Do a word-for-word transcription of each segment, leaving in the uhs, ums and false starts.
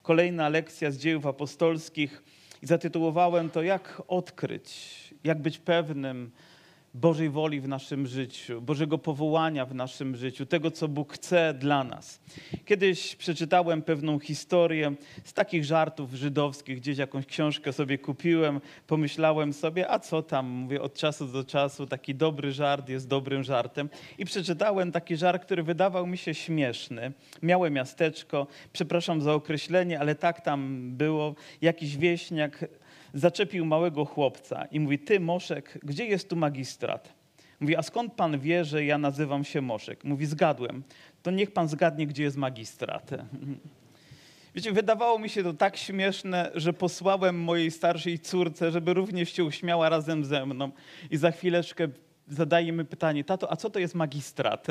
Kolejna lekcja z Dziejów Apostolskich i zatytułowałem to Jak odkryć, jak być pewnym Bożej woli w naszym życiu, Bożego powołania w naszym życiu, tego, co Bóg chce dla nas. Kiedyś przeczytałem pewną historię z takich żartów żydowskich, gdzieś jakąś książkę sobie kupiłem, pomyślałem sobie, a co tam, mówię, od czasu do czasu taki dobry żart jest dobrym żartem. I przeczytałem taki żart, który wydawał mi się śmieszny. Miałe miasteczko, przepraszam za określenie, ale tak tam było, jakiś wieśniak zaczepił małego chłopca i mówi, ty Moszek, gdzie jest tu magistrat? Mówi, a skąd pan wie, że ja nazywam się Moszek? Mówi, zgadłem. To niech pan zgadnie, gdzie jest magistrat. Wiecie, wydawało mi się to tak śmieszne, że posłałem mojej starszej córce, żeby również się uśmiała razem ze mną. I za chwileczkę zadaje mi pytanie, tato, a co to jest magistrat?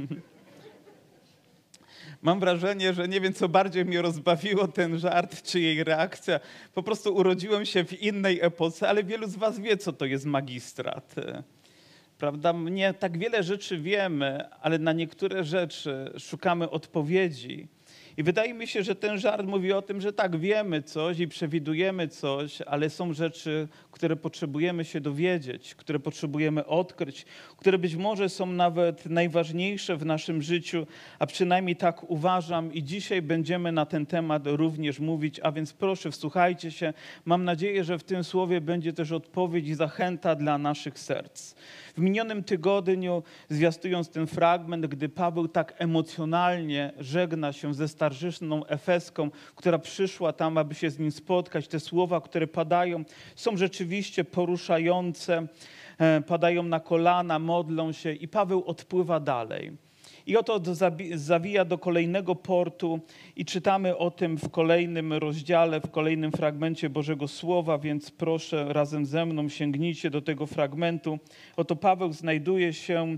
Mam wrażenie, że nie wiem, co bardziej mnie rozbawiło, ten żart, czy jej reakcja. Po prostu urodziłem się w innej epoce, ale wielu z was wie, co to jest magistrat. Prawda? Nie tak wiele rzeczy wiemy, ale na niektóre rzeczy szukamy odpowiedzi. I wydaje mi się, że ten żart mówi o tym, że tak, wiemy coś i przewidujemy coś, ale są rzeczy, które potrzebujemy się dowiedzieć, które potrzebujemy odkryć, które być może są nawet najważniejsze w naszym życiu, a przynajmniej tak uważam i dzisiaj będziemy na ten temat również mówić, a więc proszę, wsłuchajcie się. Mam nadzieję, że w tym słowie będzie też odpowiedź i zachęta dla naszych serc. W minionym tygodniu, zwiastując ten fragment, gdy Paweł tak emocjonalnie żegna się ze starszyzną efeską, która przyszła tam, aby się z nim spotkać, te słowa, które padają, są rzeczywiście poruszające, padają na kolana, modlą się i Paweł odpływa dalej. I oto zawija do kolejnego portu i czytamy o tym w kolejnym rozdziale, w kolejnym fragmencie Bożego Słowa, więc proszę razem ze mną sięgnijcie do tego fragmentu. Oto Paweł znajduje się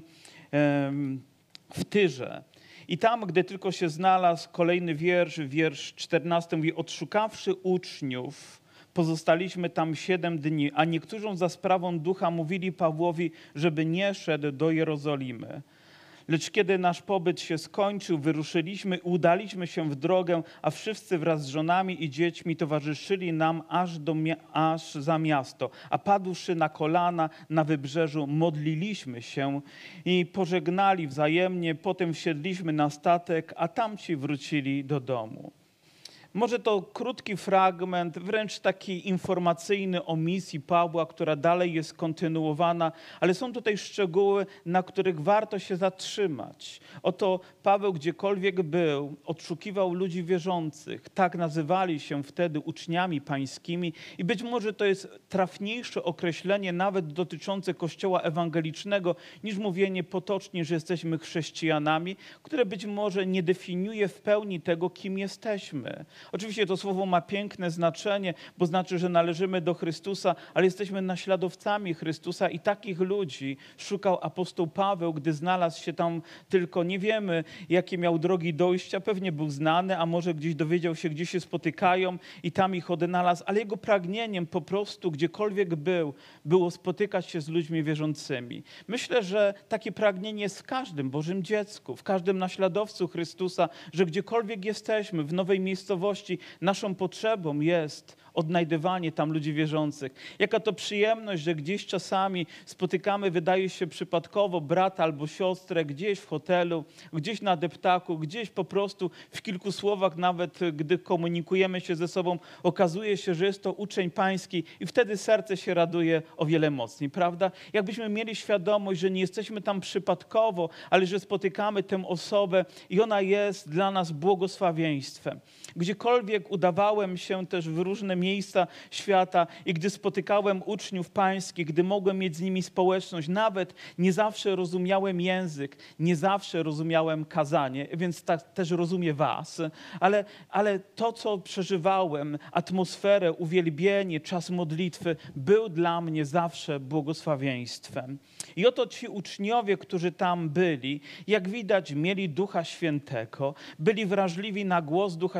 w Tyrze. I tam, gdy tylko się znalazł, kolejny wiersz, wiersz czternasty mówi, odszukawszy uczniów, pozostaliśmy tam siedem dni, a niektórzy za sprawą ducha mówili Pawłowi, żeby nie szedł do Jerozolimy. Lecz kiedy nasz pobyt się skończył, wyruszyliśmy, udaliśmy się w drogę, a wszyscy wraz z żonami i dziećmi towarzyszyli nam aż, do, aż za miasto. A padłszy na kolana na wybrzeżu, modliliśmy się i pożegnali wzajemnie. Potem wsiedliśmy na statek, a tamci wrócili do domu. Może to krótki fragment, wręcz taki informacyjny o misji Pawła, która dalej jest kontynuowana, ale są tutaj szczegóły, na których warto się zatrzymać. Oto Paweł gdziekolwiek był, odszukiwał ludzi wierzących, tak nazywali się wtedy uczniami pańskimi i być może to jest trafniejsze określenie nawet dotyczące Kościoła ewangelicznego, niż mówienie potocznie, że jesteśmy chrześcijanami, które być może nie definiuje w pełni tego, kim jesteśmy. Oczywiście to słowo ma piękne znaczenie, bo znaczy, że należymy do Chrystusa, ale jesteśmy naśladowcami Chrystusa i takich ludzi szukał apostoł Paweł, gdy znalazł się tam tylko, nie wiemy, jakie miał drogi dojścia, pewnie był znany, a może gdzieś dowiedział się, gdzie się spotykają i tam ich odnalazł, ale jego pragnieniem po prostu, gdziekolwiek był, było spotykać się z ludźmi wierzącymi. Myślę, że takie pragnienie jest w każdym Bożym dziecku, w każdym naśladowcu Chrystusa, że gdziekolwiek jesteśmy, w nowej miejscowości, naszą potrzebą jest odnajdywanie tam ludzi wierzących. Jaka to przyjemność, że gdzieś czasami spotykamy, wydaje się przypadkowo, brata albo siostrę gdzieś w hotelu, gdzieś na deptaku, gdzieś po prostu w kilku słowach, nawet gdy komunikujemy się ze sobą, okazuje się, że jest to uczeń pański i wtedy serce się raduje o wiele mocniej, prawda? Jakbyśmy mieli świadomość, że nie jesteśmy tam przypadkowo, ale że spotykamy tę osobę i ona jest dla nas błogosławieństwem. Gdziekolwiek udawałem się też w różne miejsca świata i gdy spotykałem uczniów pańskich, gdy mogłem mieć z nimi społeczność, nawet nie zawsze rozumiałem język, nie zawsze rozumiałem kazanie, więc tak też rozumiem was, ale, ale to, co przeżywałem, atmosferę, uwielbienie, czas modlitwy, był dla mnie zawsze błogosławieństwem. I oto ci uczniowie, którzy tam byli, jak widać, mieli Ducha Świętego, byli wrażliwi na głos Ducha Świętego,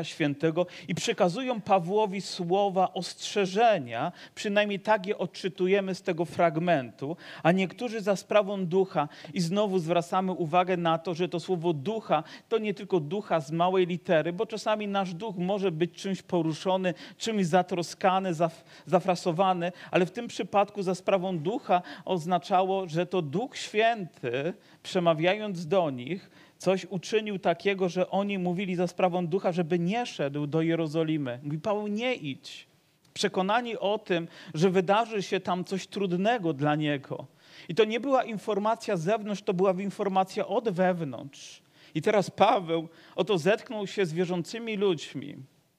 Świętego i przekazują Pawłowi słowa ostrzeżenia, przynajmniej tak je odczytujemy z tego fragmentu, a niektórzy za sprawą ducha i znowu zwracamy uwagę na to, że to słowo ducha to nie tylko ducha z małej litery, bo czasami nasz duch może być czymś poruszony, czymś zatroskany, zaf, zafrasowany, ale w tym przypadku za sprawą ducha oznaczało, że to Duch Święty, przemawiając do nich, coś uczynił takiego, że oni mówili za sprawą ducha, żeby nie szedł do Jerozolimy. Mówi Paweł, nie idź. Przekonani o tym, że wydarzy się tam coś trudnego dla niego. I to nie była informacja z zewnątrz, to była informacja od wewnątrz. I teraz Paweł oto zetknął się z wierzącymi ludźmi.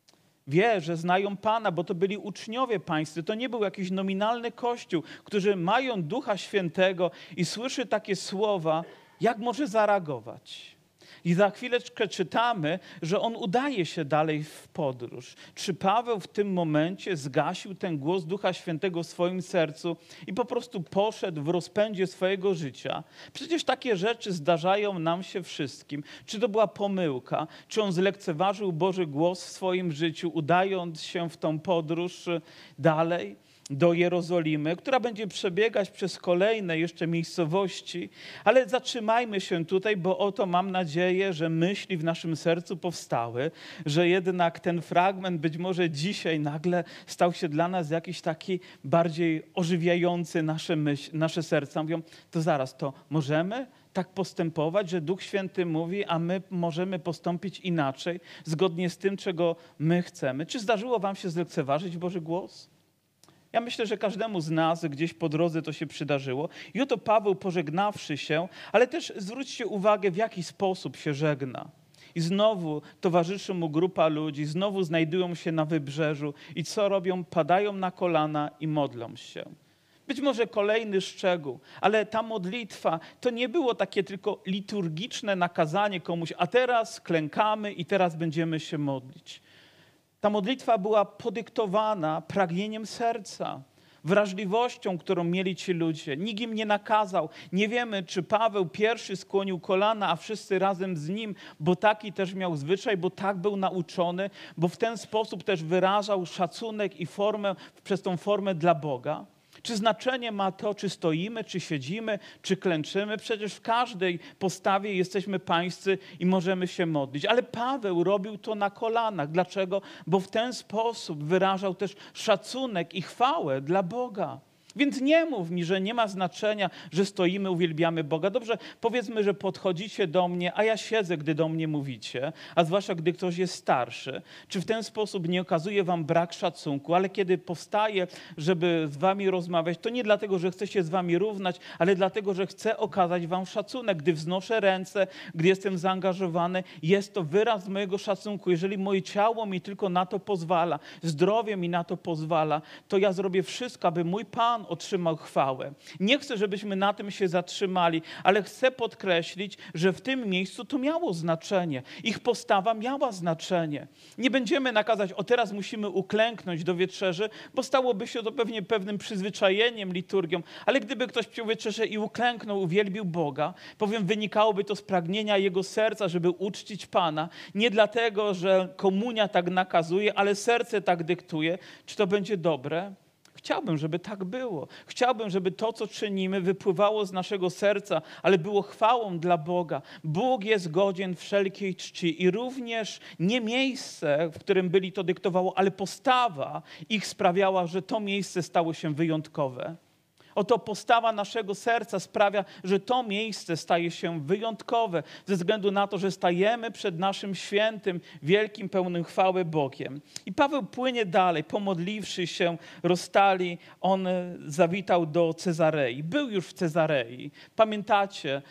Wie, że znają Pana, bo to byli uczniowie pańscy. To nie był jakiś nominalny kościół, którzy mają Ducha Świętego i słyszy takie słowa, jak może zareagować? I za chwileczkę czytamy, że on udaje się dalej w podróż. Czy Paweł w tym momencie zgasił ten głos Ducha Świętego w swoim sercu i po prostu poszedł w rozpędzie swojego życia? Przecież takie rzeczy zdarzają nam się wszystkim. Czy to była pomyłka? Czy on zlekceważył Boży głos w swoim życiu, udając się w tą podróż dalej do Jerozolimy, która będzie przebiegać przez kolejne jeszcze miejscowości, ale zatrzymajmy się tutaj, bo oto mam nadzieję, że myśli w naszym sercu powstały, że jednak ten fragment być może dzisiaj nagle stał się dla nas jakiś taki bardziej ożywiający nasze, myśl, nasze serca. Mówią, to zaraz, to możemy tak postępować, że Duch Święty mówi, a my możemy postąpić inaczej, zgodnie z tym, czego my chcemy. Czy zdarzyło wam się zlekceważyć Boży głos? Ja myślę, że każdemu z nas gdzieś po drodze to się przydarzyło. I oto Paweł, pożegnawszy się, ale też zwróćcie uwagę, w jaki sposób się żegna. I znowu towarzyszy mu grupa ludzi, znowu znajdują się na wybrzeżu i co robią? Padają na kolana i modlą się. Być może kolejny szczegół, ale ta modlitwa to nie było takie tylko liturgiczne nakazanie komuś, a teraz klękamy i teraz będziemy się modlić. Ta modlitwa była podyktowana pragnieniem serca, wrażliwością, którą mieli ci ludzie. Nikt im nie nakazał. Nie wiemy, czy Paweł pierwszy skłonił kolana, a wszyscy razem z nim, bo taki też miał zwyczaj, bo tak był nauczony, bo w ten sposób też wyrażał szacunek i formę, przez tą formę dla Boga. Czy znaczenie ma to, czy stoimy, czy siedzimy, czy klęczymy? Przecież w każdej postawie jesteśmy pańscy i możemy się modlić. Ale Paweł robił to na kolanach. Dlaczego? Bo w ten sposób wyrażał też szacunek i chwałę dla Boga. Więc nie mów mi, że nie ma znaczenia, że stoimy, uwielbiamy Boga. Dobrze, powiedzmy, że podchodzicie do mnie, a ja siedzę, gdy do mnie mówicie, a zwłaszcza, gdy ktoś jest starszy. Czy w ten sposób nie okazuje wam brak szacunku, ale kiedy powstaję, żeby z wami rozmawiać, to nie dlatego, że chcę się z wami równać, ale dlatego, że chcę okazać wam szacunek. Gdy wznoszę ręce, gdy jestem zaangażowany, jest to wyraz mojego szacunku. Jeżeli moje ciało mi tylko na to pozwala, zdrowie mi na to pozwala, to ja zrobię wszystko, aby mój Pan otrzymał chwałę. Nie chcę, żebyśmy na tym się zatrzymali, ale chcę podkreślić, że w tym miejscu to miało znaczenie. Ich postawa miała znaczenie. Nie będziemy nakazać, o teraz musimy uklęknąć do wieczerzy, bo stałoby się to pewnie pewnym przyzwyczajeniem, liturgią, ale gdyby ktoś przyjął wieczerzę i uklęknął, uwielbił Boga, powiem, wynikałoby to z pragnienia jego serca, żeby uczcić Pana. Nie dlatego, że komunia tak nakazuje, ale serce tak dyktuje. Czy to będzie dobre? Chciałbym, żeby tak było. Chciałbym, żeby to, co czynimy, wypływało z naszego serca, ale było chwałą dla Boga. Bóg jest godzien wszelkiej czci i również nie miejsce, w którym byli, to dyktowało, ale postawa ich sprawiała, że to miejsce stało się wyjątkowe. Oto postawa naszego serca sprawia, że to miejsce staje się wyjątkowe ze względu na to, że stajemy przed naszym świętym, wielkim, pełnym chwały Bogiem. I Paweł płynie dalej, pomodliwszy się, rozstali, on zawitał do Cezarei. Był już w Cezarei. Pamiętacie,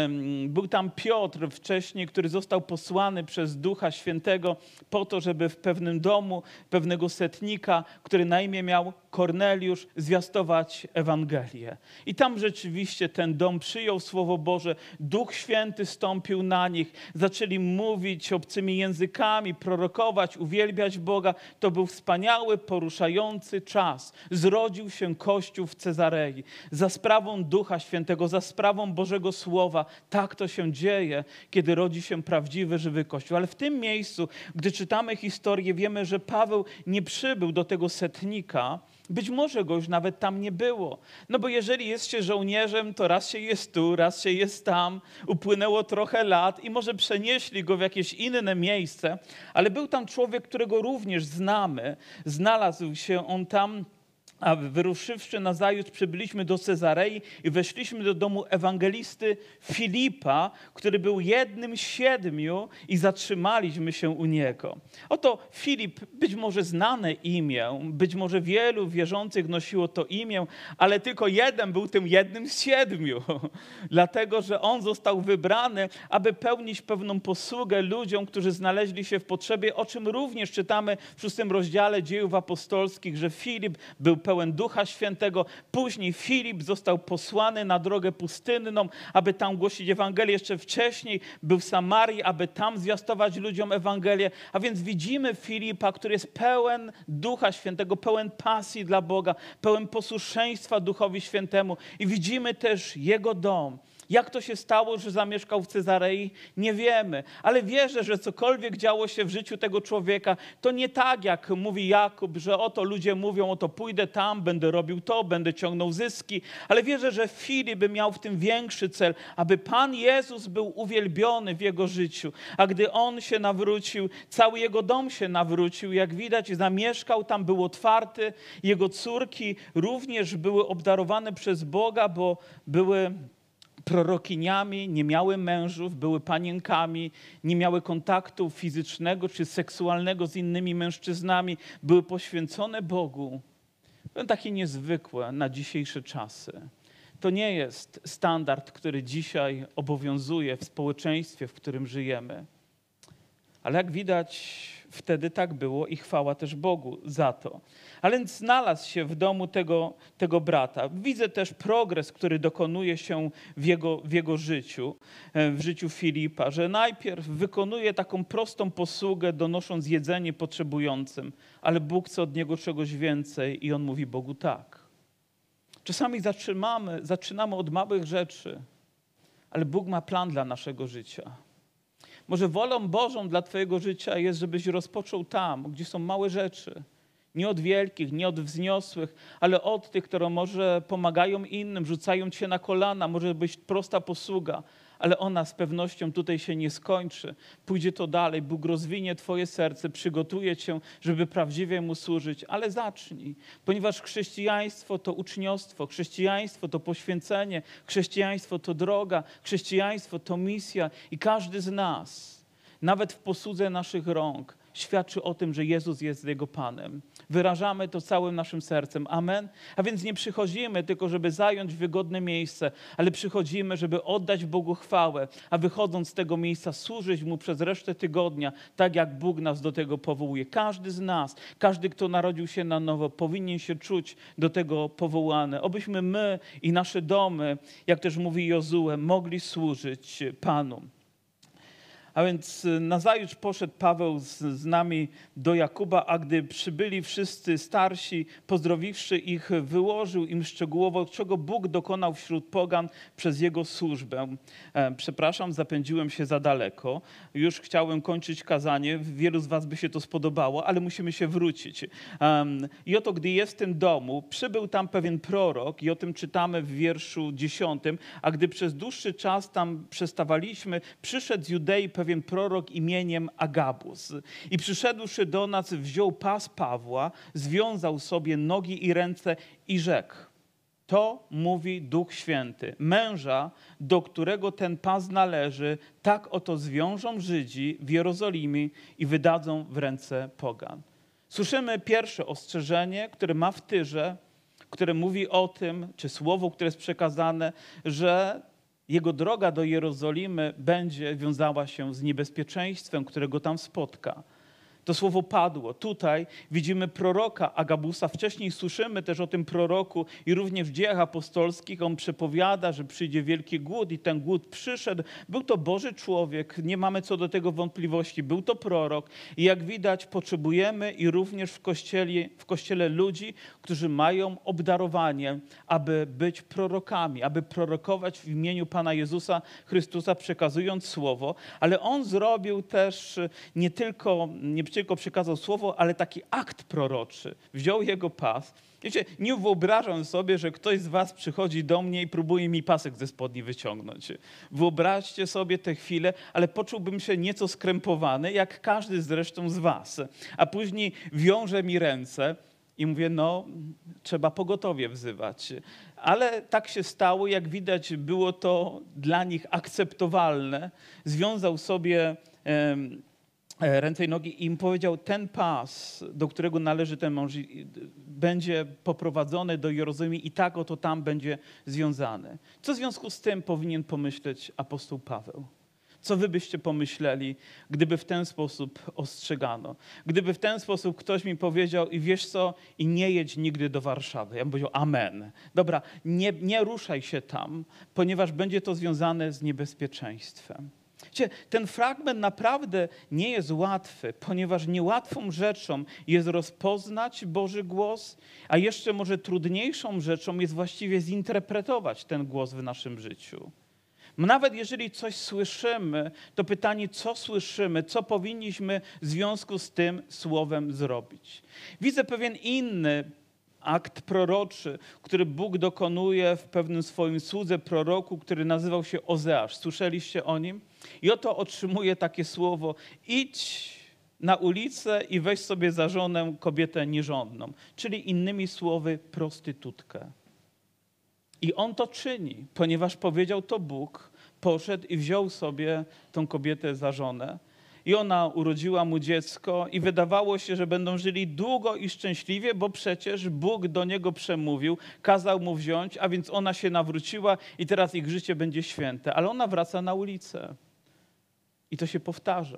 był tam Piotr wcześniej, który został posłany przez Ducha Świętego po to, żeby w pewnym domu pewnego setnika, który na imię miał Korneliusz zwiastować Ewangelię. I tam rzeczywiście ten dom przyjął Słowo Boże, Duch Święty stąpił na nich, zaczęli mówić obcymi językami, prorokować, uwielbiać Boga. To był wspaniały, poruszający czas. Zrodził się Kościół w Cezarei. Za sprawą Ducha Świętego, za sprawą Bożego Słowa. Tak to się dzieje, kiedy rodzi się prawdziwy, żywy Kościół. Ale w tym miejscu, gdy czytamy historię, wiemy, że Paweł nie przybył do tego setnika. Być może go już nawet tam nie było. No bo jeżeli jest się żołnierzem, to raz się jest tu, raz się jest tam. Upłynęło trochę lat i może przenieśli go w jakieś inne miejsce. Ale był tam człowiek, którego również znamy. Znalazł się on tam. A wyruszywszy nazajutrz, przybyliśmy do Cezarei i weszliśmy do domu ewangelisty Filipa, który był jednym z siedmiu i zatrzymaliśmy się u niego. Oto Filip, być może znane imię, być może wielu wierzących nosiło to imię, ale tylko jeden był tym jednym z siedmiu. Dlatego, że on został wybrany, aby pełnić pewną posługę ludziom, którzy znaleźli się w potrzebie, o czym również czytamy w szóstym rozdziale Dziejów Apostolskich, że Filip był pełen Ducha Świętego. Później Filip został posłany na drogę pustynną, aby tam głosić Ewangelię. Jeszcze wcześniej był w Samarii, aby tam zwiastować ludziom Ewangelię. A więc widzimy Filipa, który jest pełen Ducha Świętego, pełen pasji dla Boga, pełen posłuszeństwa Duchowi Świętemu. I widzimy też jego dom. Jak to się stało, że zamieszkał w Cezarei? Nie wiemy, ale wierzę, że cokolwiek działo się w życiu tego człowieka, to nie tak, jak mówi Jakub, że oto ludzie mówią, oto pójdę tam, będę robił to, będę ciągnął zyski, ale wierzę, że Filip miał w tym większy cel, aby Pan Jezus był uwielbiony w jego życiu, a gdy on się nawrócił, cały jego dom się nawrócił, jak widać, zamieszkał tam, był otwarty, jego córki również były obdarowane przez Boga, bo były prorokiniami, nie miały mężów, były panienkami, nie miały kontaktu fizycznego czy seksualnego z innymi mężczyznami, były poświęcone Bogu. Były takie niezwykłe na dzisiejsze czasy. To nie jest standard, który dzisiaj obowiązuje w społeczeństwie, w którym żyjemy. Ale jak widać, wtedy tak było i chwała też Bogu za to. Ale więc znalazł się w domu tego, tego brata. Widzę też progres, który dokonuje się w jego, w jego życiu, w życiu Filipa, że najpierw wykonuje taką prostą posługę, donosząc jedzenie potrzebującym, ale Bóg chce od niego czegoś więcej i on mówi Bogu tak. Czasami zaczynamy, zaczynamy od małych rzeczy, ale Bóg ma plan dla naszego życia. Może wolą Bożą dla twojego życia jest, żebyś rozpoczął tam, gdzie są małe rzeczy. Nie od wielkich, nie od wzniosłych, ale od tych, które może pomagają innym, rzucają cię na kolana. Może być prosta posługa, ale ona z pewnością tutaj się nie skończy. Pójdzie to dalej. Bóg rozwinie twoje serce, przygotuje cię, żeby prawdziwie Mu służyć. Ale zacznij, ponieważ chrześcijaństwo to uczniostwo, chrześcijaństwo to poświęcenie, chrześcijaństwo to droga, chrześcijaństwo to misja i każdy z nas, nawet w posłudze naszych rąk, świadczy o tym, że Jezus jest Jego Panem. Wyrażamy to całym naszym sercem. Amen? A więc nie przychodzimy tylko, żeby zająć wygodne miejsce, ale przychodzimy, żeby oddać Bogu chwałę, a wychodząc z tego miejsca służyć Mu przez resztę tygodnia, tak jak Bóg nas do tego powołuje. Każdy z nas, każdy, kto narodził się na nowo, powinien się czuć do tego powołany. Obyśmy my i nasze domy, jak też mówi Jozue, mogli służyć Panu. A więc nazajutrz poszedł Paweł z, z nami do Jakuba, a gdy przybyli wszyscy starsi, pozdrowiwszy ich, wyłożył im szczegółowo, czego Bóg dokonał wśród pogan przez jego służbę. E, przepraszam, zapędziłem się za daleko. Już chciałem kończyć kazanie. Wielu z was by się to spodobało, ale musimy się wrócić. Um, I oto, gdy jest w tym domu, przybył tam pewien prorok i o tym czytamy w wierszu dziesiątym, a gdy przez dłuższy czas tam przestawaliśmy, przyszedł z Judei pewien prorok imieniem Agabus. I przyszedłszy do nas, wziął pas Pawła, związał sobie nogi i ręce i rzekł: to mówi Duch Święty. Męża, do którego ten pas należy, tak oto zwiążą Żydzi w Jerozolimie i wydadzą w ręce pogan. Słyszymy pierwsze ostrzeżenie, które ma w tyrze, które mówi o tym, czy słowo, które jest przekazane, że jego droga do Jerozolimy będzie wiązała się z niebezpieczeństwem, którego tam spotka. To słowo padło. Tutaj widzimy proroka Agabusa. Wcześniej słyszymy też o tym proroku i również w Dziejach Apostolskich on przepowiada, że przyjdzie wielki głód i ten głód przyszedł. Był to Boży człowiek, nie mamy co do tego wątpliwości. Był to prorok i jak widać potrzebujemy i również w kościele, w kościele ludzi, którzy mają obdarowanie, aby być prorokami, aby prorokować w imieniu Pana Jezusa Chrystusa, przekazując słowo, ale on zrobił też nie tylko, nie tylko przekazał słowo, ale taki akt proroczy. Wziął jego pas. Wiecie, nie wyobrażam sobie, że ktoś z was przychodzi do mnie i próbuje mi pasek ze spodni wyciągnąć. Wyobraźcie sobie tę chwilę, ale poczułbym się nieco skrępowany, jak każdy zresztą z was. A później wiąże mi ręce i mówię, no, trzeba pogotowie wzywać. Ale tak się stało, jak widać, było to dla nich akceptowalne. Związał sobie em, ręce i nogi i im powiedział, ten pas, do którego należy ten mąż, będzie poprowadzony do Jerozolimy i tak oto tam będzie związany. Co w związku z tym powinien pomyśleć apostoł Paweł? Co wy byście pomyśleli, gdyby w ten sposób ostrzegano? Gdyby w ten sposób ktoś mi powiedział i wiesz co, i nie jedź nigdy do Warszawy. Ja bym powiedział amen. Dobra, nie, nie ruszaj się tam, ponieważ będzie to związane z niebezpieczeństwem. Wiecie, ten fragment naprawdę nie jest łatwy, ponieważ niełatwą rzeczą jest rozpoznać Boży głos, a jeszcze może trudniejszą rzeczą jest właściwie zinterpretować ten głos w naszym życiu. Nawet jeżeli coś słyszymy, to pytanie, co słyszymy, co powinniśmy w związku z tym słowem zrobić. Widzę pewien inny akt proroczy, który Bóg dokonuje w pewnym swoim słudze proroku, który nazywał się Ozeasz. Słyszeliście o nim? I oto otrzymuje takie słowo, idź na ulicę i weź sobie za żonę kobietę nierządną, czyli innymi słowy prostytutkę. I on to czyni, ponieważ powiedział to Bóg, poszedł i wziął sobie tą kobietę za żonę. I ona urodziła mu dziecko i wydawało się, że będą żyli długo i szczęśliwie, bo przecież Bóg do niego przemówił, kazał mu wziąć, a więc ona się nawróciła i teraz ich życie będzie święte. Ale ona wraca na ulicę i to się powtarza.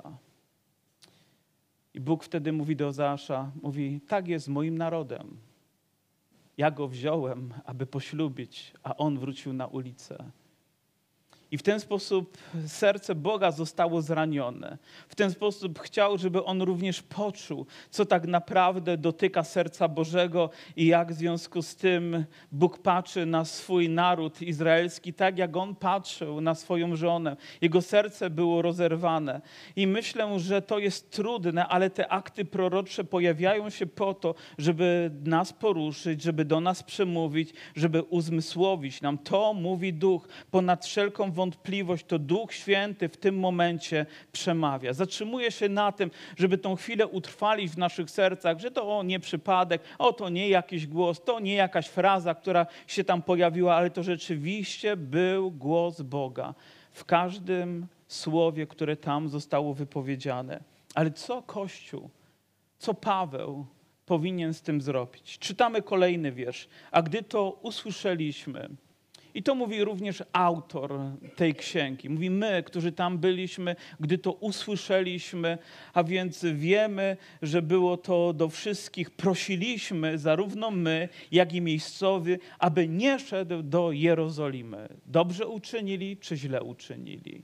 I Bóg wtedy mówi do Ozeasza, mówi, tak jest z moim narodem. Ja go wziąłem, aby poślubić, a on wrócił na ulicę. I w ten sposób serce Boga zostało zranione. W ten sposób chciał, żeby on również poczuł, co tak naprawdę dotyka serca Bożego i jak w związku z tym Bóg patrzy na swój naród izraelski, tak jak on patrzył na swoją żonę. Jego serce było rozerwane. I myślę, że to jest trudne, ale te akty prorocze pojawiają się po to, żeby nas poruszyć, żeby do nas przemówić, żeby uzmysłowić nam. To mówi Duch ponad wszelką wątpliwość. Wątpliwość, to Duch Święty w tym momencie przemawia. Zatrzymuje się na tym, żeby tą chwilę utrwalić w naszych sercach, że to o, nie przypadek, o to nie jakiś głos, to nie jakaś fraza, która się tam pojawiła, ale to rzeczywiście był głos Boga w każdym słowie, które tam zostało wypowiedziane. Ale co Kościół, co Paweł powinien z tym zrobić? Czytamy kolejny wiersz. A gdy to usłyszeliśmy, i to mówi również autor tej księgi. Mówi my, którzy tam byliśmy, gdy to usłyszeliśmy, a więc wiemy, że było to do wszystkich. Prosiliśmy, zarówno my, jak i miejscowi, aby nie szedł do Jerozolimy. Dobrze uczynili, czy źle uczynili?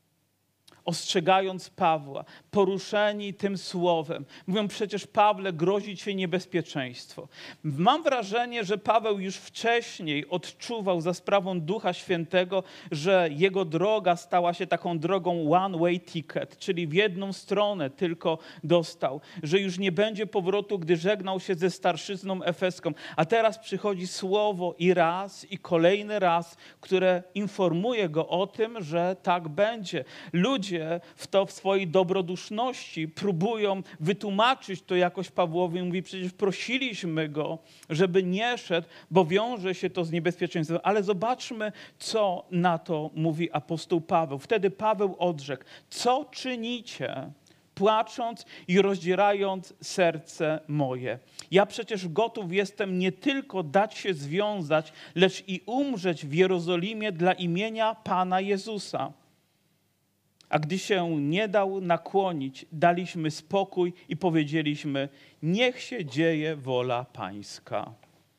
Ostrzegając Pawła, poruszeni tym słowem. Mówią, przecież Pawle, grozi ci niebezpieczeństwo. Mam wrażenie, że Paweł już wcześniej odczuwał za sprawą Ducha Świętego, że jego droga stała się taką drogą one way ticket, czyli w jedną stronę tylko dostał, że już nie będzie powrotu, gdy żegnał się ze starszyzną efeską. A teraz przychodzi słowo i raz, i kolejny raz, które informuje go o tym, że tak będzie. Ludzie w to w swojej dobroduszności próbują wytłumaczyć to jakoś Pawłowi. Mówi, przecież prosiliśmy go, żeby nie szedł, bo wiąże się to z niebezpieczeństwem. Ale zobaczmy, co na to mówi apostoł Paweł. Wtedy Paweł odrzekł, co czynicie, płacząc i rozdzierając serce moje. Ja przecież gotów jestem nie tylko dać się związać, lecz i umrzeć w Jerozolimie dla imienia Pana Jezusa. A gdy się nie dał nakłonić, daliśmy spokój i powiedzieliśmy, niech się dzieje wola Pańska.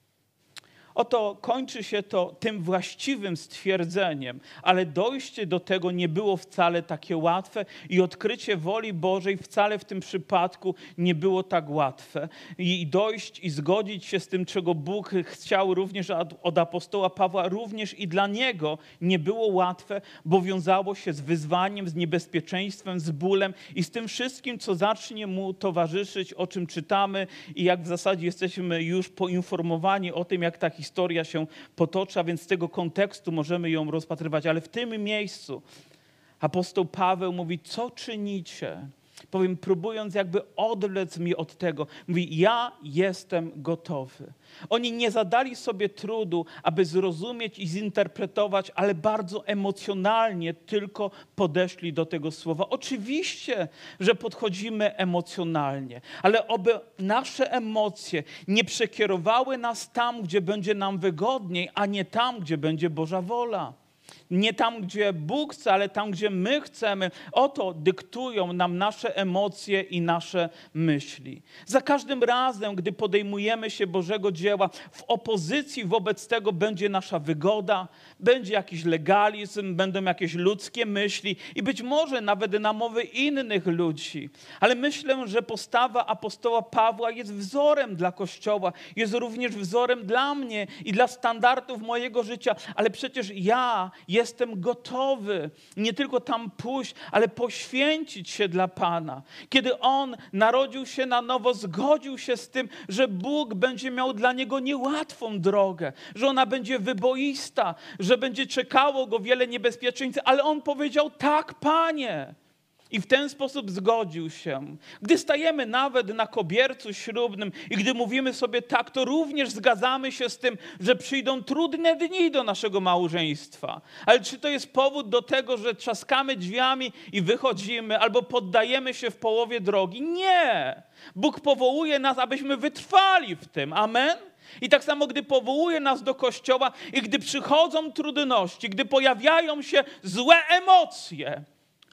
Oto kończy się to tym właściwym stwierdzeniem, ale dojście do tego nie było wcale takie łatwe i odkrycie woli Bożej wcale w tym przypadku nie było tak łatwe. I dojść i zgodzić się z tym, czego Bóg chciał również od apostoła Pawła, również i dla niego nie było łatwe, bo wiązało się z wyzwaniem, z niebezpieczeństwem, z bólem i z tym wszystkim, co zacznie mu towarzyszyć, o czym czytamy i jak w zasadzie jesteśmy już poinformowani o tym, jak ta historia się potoczy, a więc z tego kontekstu możemy ją rozpatrywać. Ale w tym miejscu apostoł Paweł mówi, co czynicie? Powiem, próbując jakby odwlec mnie od tego. Mówi, ja jestem gotowy. Oni nie zadali sobie trudu, aby zrozumieć i zinterpretować, ale bardzo emocjonalnie tylko podeszli do tego słowa. Oczywiście, że podchodzimy emocjonalnie, ale oby nasze emocje nie przekierowały nas tam, gdzie będzie nam wygodniej, a nie tam, gdzie będzie Boża wola. Nie tam, gdzie Bóg chce, ale tam, gdzie my chcemy. Oto dyktują nam nasze emocje i nasze myśli. Za każdym razem, gdy podejmujemy się Bożego dzieła, w opozycji wobec tego będzie nasza wygoda, będzie jakiś legalizm, będą jakieś ludzkie myśli i być może nawet namowy innych ludzi. Ale myślę, że postawa apostoła Pawła jest wzorem dla Kościoła, jest również wzorem dla mnie i dla standardów mojego życia, ale przecież ja jestem gotowy nie tylko tam pójść, ale poświęcić się dla Pana. Kiedy On narodził się na nowo, zgodził się z tym, że Bóg będzie miał dla niego niełatwą drogę, że ona będzie wyboista, że będzie czekało go wiele niebezpieczeństw, ale On powiedział, tak, Panie. I w ten sposób zgodził się. Gdy stajemy nawet na kobiercu ślubnym i gdy mówimy sobie tak, to również zgadzamy się z tym, że przyjdą trudne dni do naszego małżeństwa. Ale czy to jest powód do tego, że trzaskamy drzwiami i wychodzimy albo poddajemy się w połowie drogi? Nie! Bóg powołuje nas, abyśmy wytrwali w tym. Amen? I tak samo, gdy powołuje nas do Kościoła i gdy przychodzą trudności, gdy pojawiają się złe emocje,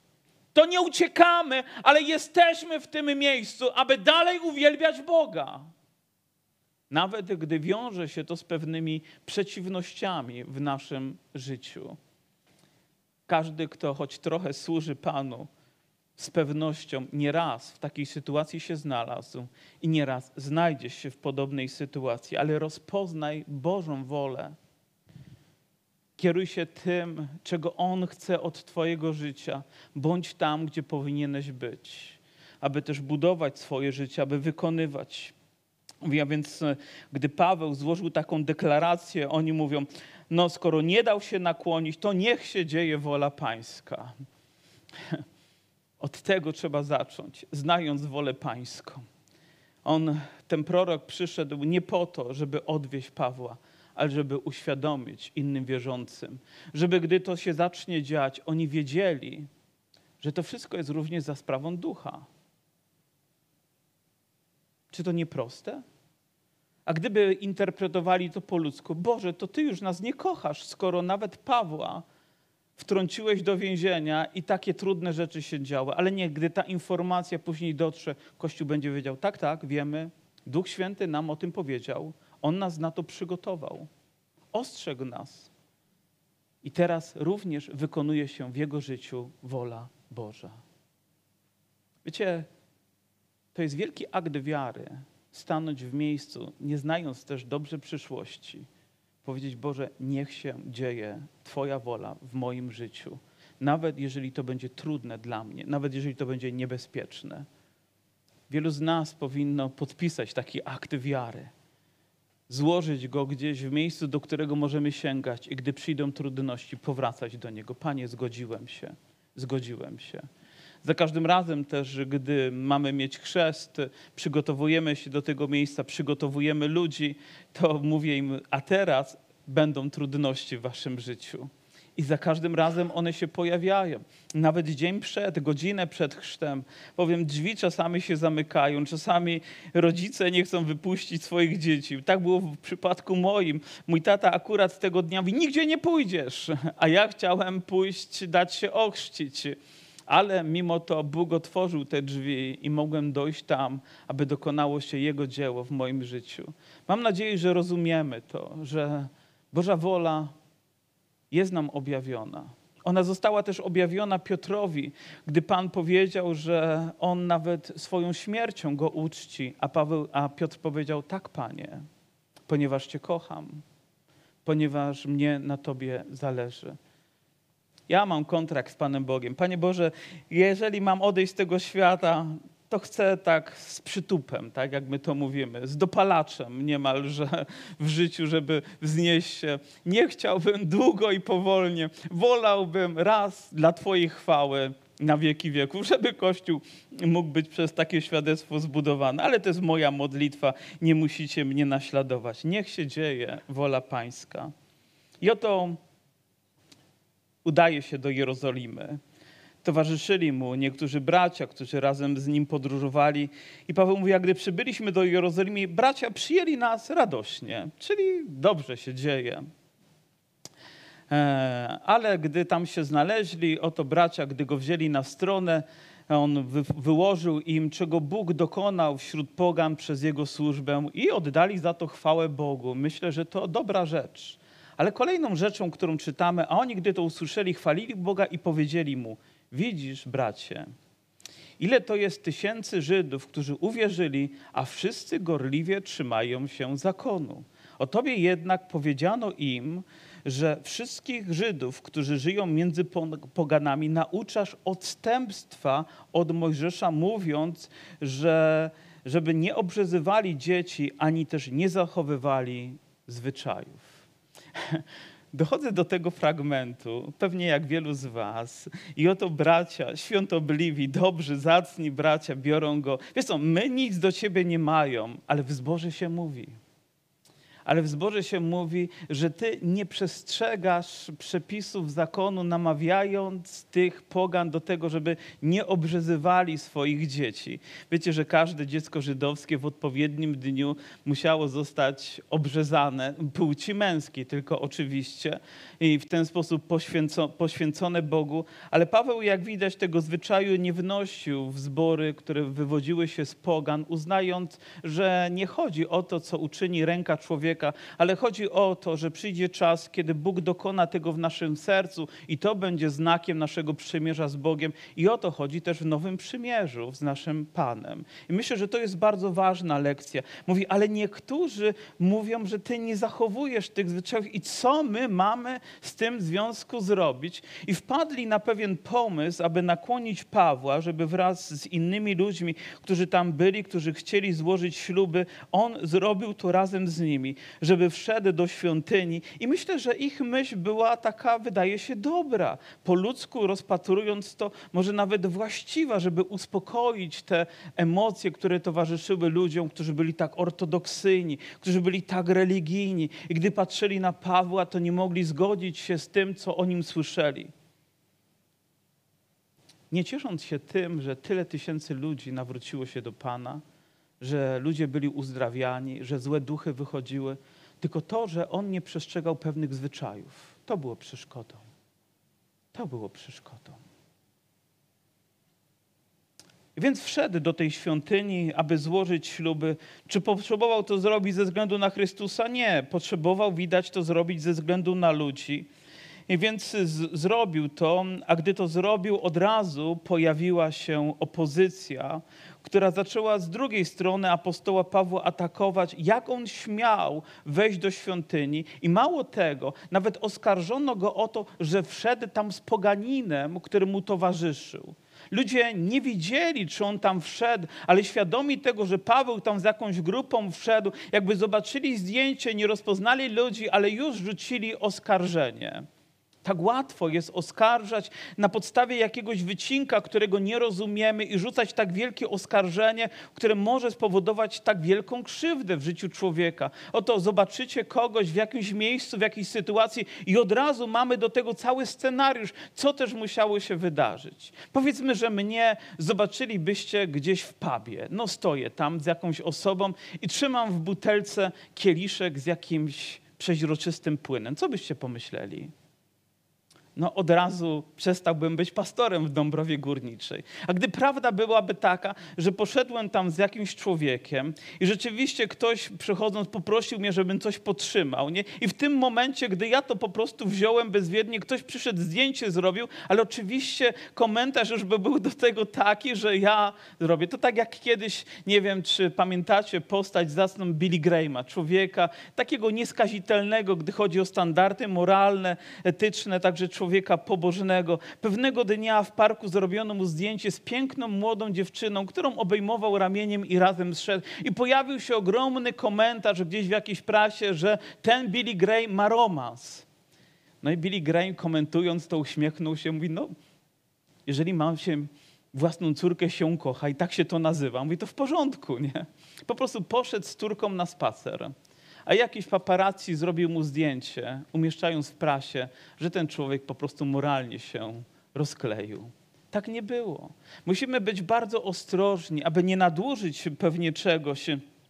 to nie uciekamy, ale jesteśmy w tym miejscu, aby dalej uwielbiać Boga. Nawet gdy wiąże się to z pewnymi przeciwnościami w naszym życiu. Każdy, kto choć trochę służy Panu, z pewnością nieraz w takiej sytuacji się znalazł i nieraz znajdzie się w podobnej sytuacji, ale rozpoznaj Bożą wolę. Kieruj się tym, czego On chce od twojego życia. Bądź tam, gdzie powinieneś być, aby też budować swoje życie, aby wykonywać. A więc gdy Paweł złożył taką deklarację, oni mówią, no skoro nie dał się nakłonić, to niech się dzieje wola Pańska. Od tego trzeba zacząć, znając wolę Pańską. On, ten prorok przyszedł nie po to, żeby odwieźć Pawła, ale żeby uświadomić innym wierzącym, żeby gdy to się zacznie dziać, oni wiedzieli, że to wszystko jest również za sprawą Ducha. Czy to nie proste? A gdyby interpretowali to po ludzku, Boże, to Ty już nas nie kochasz, skoro nawet Pawła wtrąciłeś do więzienia i takie trudne rzeczy się działy. Ale nie, gdy ta informacja później dotrze, Kościół będzie wiedział, tak, tak, wiemy, Duch Święty nam o tym powiedział, On nas na to przygotował, ostrzegł nas. I teraz również wykonuje się w Jego życiu wola Boża. Wiecie, to jest wielki akt wiary, stanąć w miejscu, nie znając też dobrze przyszłości, powiedzieć, Boże, niech się dzieje Twoja wola w moim życiu, nawet jeżeli to będzie trudne dla mnie, nawet jeżeli to będzie niebezpieczne. Wielu z nas powinno podpisać taki akt wiary, złożyć go gdzieś w miejscu, do którego możemy sięgać i gdy przyjdą trudności, powracać do niego. Panie, zgodziłem się, zgodziłem się. Za każdym razem też, gdy mamy mieć chrzest, przygotowujemy się do tego miejsca, przygotowujemy ludzi, to mówię im, a teraz będą trudności w waszym życiu. I za każdym razem one się pojawiają. Nawet dzień przed, godzinę przed chrztem. Powiem, drzwi czasami się zamykają, czasami rodzice nie chcą wypuścić swoich dzieci. Tak było w przypadku moim. Mój tata akurat tego dnia mówi, nigdzie nie pójdziesz. A ja chciałem pójść, dać się ochrzcić. Ale mimo to Bóg otworzył te drzwi i mogłem dojść tam, aby dokonało się Jego dzieło w moim życiu. Mam nadzieję, że rozumiemy to, że Boża wola jest nam objawiona. Ona została też objawiona Piotrowi, gdy Pan powiedział, że on nawet swoją śmiercią go uczci, a, Paweł, a Piotr powiedział: tak, Panie, ponieważ Cię kocham, ponieważ mnie na Tobie zależy. Ja mam kontrakt z Panem Bogiem. Panie Boże, jeżeli mam odejść z tego świata, to chcę tak z przytupem, tak jak my to mówimy, z dopalaczem niemalże w życiu, żeby wznieść się. Nie chciałbym długo i powolnie. Wolałbym raz dla Twojej chwały na wieki wieków, żeby Kościół mógł być przez takie świadectwo zbudowany. Ale to jest moja modlitwa. Nie musicie mnie naśladować. Niech się dzieje wola Pańska. I oto udaje się do Jerozolimy. Towarzyszyli mu niektórzy bracia, którzy razem z nim podróżowali. I Paweł mówi, jak gdy przybyliśmy do Jerozolimy, bracia przyjęli nas radośnie, czyli dobrze się dzieje. Ale gdy tam się znaleźli, oto bracia, gdy go wzięli na stronę, on wy, wyłożył im, czego Bóg dokonał wśród pogan przez jego służbę i oddali za to chwałę Bogu. Myślę, że to dobra rzecz. Ale kolejną rzeczą, którą czytamy, a oni, gdy to usłyszeli, chwalili Boga i powiedzieli mu: widzisz, bracie, ile to jest tysięcy Żydów, którzy uwierzyli, a wszyscy gorliwie trzymają się zakonu. O tobie jednak powiedziano im, że wszystkich Żydów, którzy żyją między poganami, nauczasz odstępstwa od Mojżesza, mówiąc, że żeby nie obrzezywali dzieci, ani też nie zachowywali zwyczajów. Dochodzę do tego fragmentu, pewnie jak wielu z was, i oto bracia, świątobliwi, dobrzy, zacni bracia biorą go. Wiesz co, my nic do ciebie nie mają, ale w zborze się mówi. Ale w zborze się mówi, że ty nie przestrzegasz przepisów zakonu, namawiając tych pogan do tego, żeby nie obrzezywali swoich dzieci. Wiecie, że każde dziecko żydowskie w odpowiednim dniu musiało zostać obrzezane, płci męskiej tylko oczywiście, i w ten sposób poświęco, poświęcone Bogu. Ale Paweł, jak widać, tego zwyczaju nie wnosił w zbory, które wywodziły się z pogan, uznając, że nie chodzi o to, co uczyni ręka człowieka, ale chodzi o to, że przyjdzie czas, kiedy Bóg dokona tego w naszym sercu i to będzie znakiem naszego przymierza z Bogiem. I o to chodzi też w Nowym Przymierzu z naszym Panem. I myślę, że to jest bardzo ważna lekcja. Mówi, ale niektórzy mówią, że ty nie zachowujesz tych zwyczajów i co my mamy z tym w związku zrobić? I wpadli na pewien pomysł, aby nakłonić Pawła, żeby wraz z innymi ludźmi, którzy tam byli, którzy chcieli złożyć śluby, on zrobił to razem z nimi, żeby wszedł do świątyni. I myślę, że ich myśl była taka, wydaje się, dobra. Po ludzku rozpatrując to, może nawet właściwa, żeby uspokoić te emocje, które towarzyszyły ludziom, którzy byli tak ortodoksyjni, którzy byli tak religijni. I gdy patrzyli na Pawła, to nie mogli zgodzić się z tym, co o nim słyszeli. Nie ciesząc się tym, że tyle tysięcy ludzi nawróciło się do Pana, że ludzie byli uzdrawiani, że złe duchy wychodziły, tylko to, że on nie przestrzegał pewnych zwyczajów. To było przeszkodą. To było przeszkodą. Więc wszedł do tej świątyni, aby złożyć śluby. Czy potrzebował to zrobić ze względu na Chrystusa? Nie. Potrzebował, widać, to zrobić ze względu na ludzi. I więc z- zrobił to, a gdy to zrobił, od razu pojawiła się opozycja, która zaczęła z drugiej strony apostoła Pawła atakować, jak on śmiał wejść do świątyni. I mało tego, nawet oskarżono go o to, że wszedł tam z poganinem, który mu towarzyszył. Ludzie nie widzieli, czy on tam wszedł, ale świadomi tego, że Paweł tam z jakąś grupą wszedł, jakby zobaczyli zdjęcie, nie rozpoznali ludzi, ale już rzucili oskarżenie. Tak łatwo jest oskarżać na podstawie jakiegoś wycinka, którego nie rozumiemy i rzucać tak wielkie oskarżenie, które może spowodować tak wielką krzywdę w życiu człowieka. Oto zobaczycie kogoś w jakimś miejscu, w jakiejś sytuacji i od razu mamy do tego cały scenariusz, co też musiało się wydarzyć. Powiedzmy, że mnie zobaczylibyście gdzieś w pubie. No stoję tam z jakąś osobą i trzymam w butelce kieliszek z jakimś przeźroczystym płynem. Co byście pomyśleli? no od razu przestałbym być pastorem w Dąbrowie Górniczej. A gdy prawda byłaby taka, że poszedłem tam z jakimś człowiekiem i rzeczywiście ktoś przychodząc poprosił mnie, żebym coś podtrzymał, nie? I w tym momencie, gdy ja to po prostu wziąłem bezwiednie, ktoś przyszedł, zdjęcie zrobił, ale oczywiście komentarz już by był do tego taki, że ja zrobię. To tak jak kiedyś, nie wiem, czy pamiętacie postać zacną Billy Grahama, człowieka takiego nieskazitelnego, gdy chodzi o standardy moralne, etyczne, także człowieka pobożnego. Pewnego dnia w parku zrobiono mu zdjęcie z piękną, młodą dziewczyną, którą obejmował ramieniem i razem zszedł. I pojawił się ogromny komentarz gdzieś w jakiejś prasie, że ten Billy Graham ma romans. No i Billy Graham komentując to uśmiechnął się, mówi, no jeżeli mam się własną córkę się kocha i tak się to nazywa, mówi, to w porządku, nie? Po prostu poszedł z córką na spacer. A jakiś paparazzi zrobił mu zdjęcie, umieszczając w prasie, że ten człowiek po prostu moralnie się rozkleił. Tak nie było. Musimy być bardzo ostrożni, aby nie nadużyć pewnie czegoś,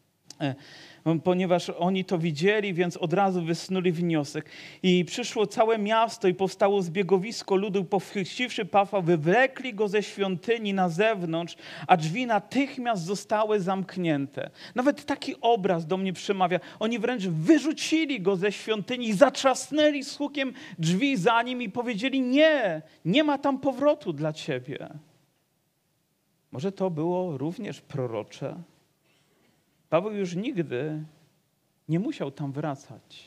ponieważ oni to widzieli, więc od razu wysnuli wniosek. I przyszło całe miasto i powstało zbiegowisko ludu. Pochwyciwszy Pawła, wywlekli go ze świątyni na zewnątrz, a drzwi natychmiast zostały zamknięte. Nawet taki obraz do mnie przemawia. Oni wręcz wyrzucili go ze świątyni i zatrzasnęli z hukiem drzwi za nim i powiedzieli, nie, nie ma tam powrotu dla ciebie. Może to było również prorocze? Paweł już nigdy nie musiał tam wracać.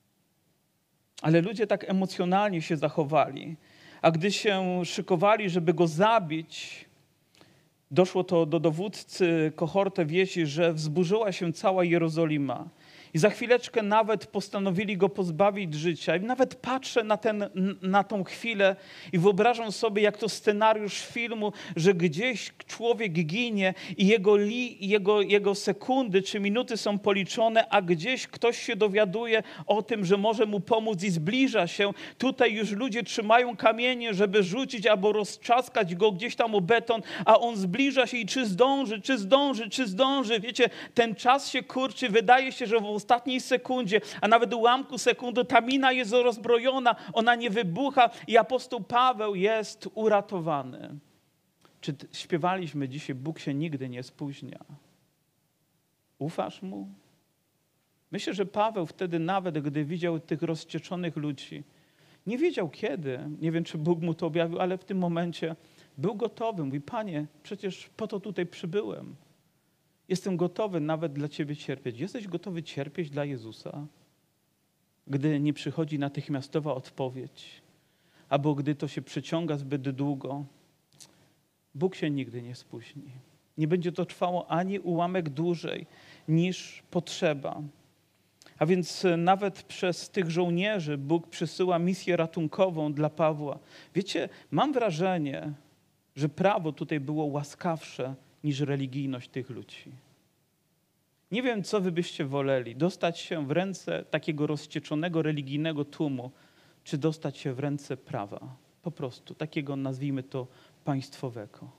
Ale ludzie tak emocjonalnie się zachowali. A gdy się szykowali, żeby go zabić, doszło to do dowódcy kohorty wieści, że wzburzyła się cała Jerozolima. I za chwileczkę nawet postanowili go pozbawić życia. I nawet patrzę na, ten, na tą chwilę i wyobrażam sobie, jak to scenariusz filmu, że gdzieś człowiek ginie i jego, li, jego, jego sekundy czy minuty są policzone, a gdzieś ktoś się dowiaduje o tym, że może mu pomóc i zbliża się. Tutaj już ludzie trzymają kamienie, żeby rzucić albo roztrzaskać go gdzieś tam o beton, a on zbliża się i czy zdąży, czy zdąży, czy zdąży. Wiecie, ten czas się kurczy, wydaje się, że w ostatniej sekundzie, a nawet ułamku sekundy ta mina jest rozbrojona, ona nie wybucha i apostoł Paweł jest uratowany. Czy śpiewaliśmy dzisiaj, Bóg się nigdy nie spóźnia? Ufasz Mu? Myślę, że Paweł wtedy nawet, gdy widział tych rozcieczonych ludzi, nie wiedział kiedy, nie wiem, czy Bóg mu to objawił, ale w tym momencie był gotowy. Mówi, Panie, przecież po to tutaj przybyłem. Jestem gotowy nawet dla Ciebie cierpieć. Jesteś gotowy cierpieć dla Jezusa? Gdy nie przychodzi natychmiastowa odpowiedź, albo gdy to się przeciąga zbyt długo, Bóg się nigdy nie spóźni. Nie będzie to trwało ani ułamek dłużej niż potrzeba. A więc nawet przez tych żołnierzy Bóg przysyła misję ratunkową dla Pawła. Wiecie, mam wrażenie, że prawo tutaj było łaskawsze niż religijność tych ludzi. Nie wiem, co wy byście woleli, dostać się w ręce takiego rozcieczonego religijnego tłumu, czy dostać się w ręce prawa. Po prostu, takiego nazwijmy to państwowego.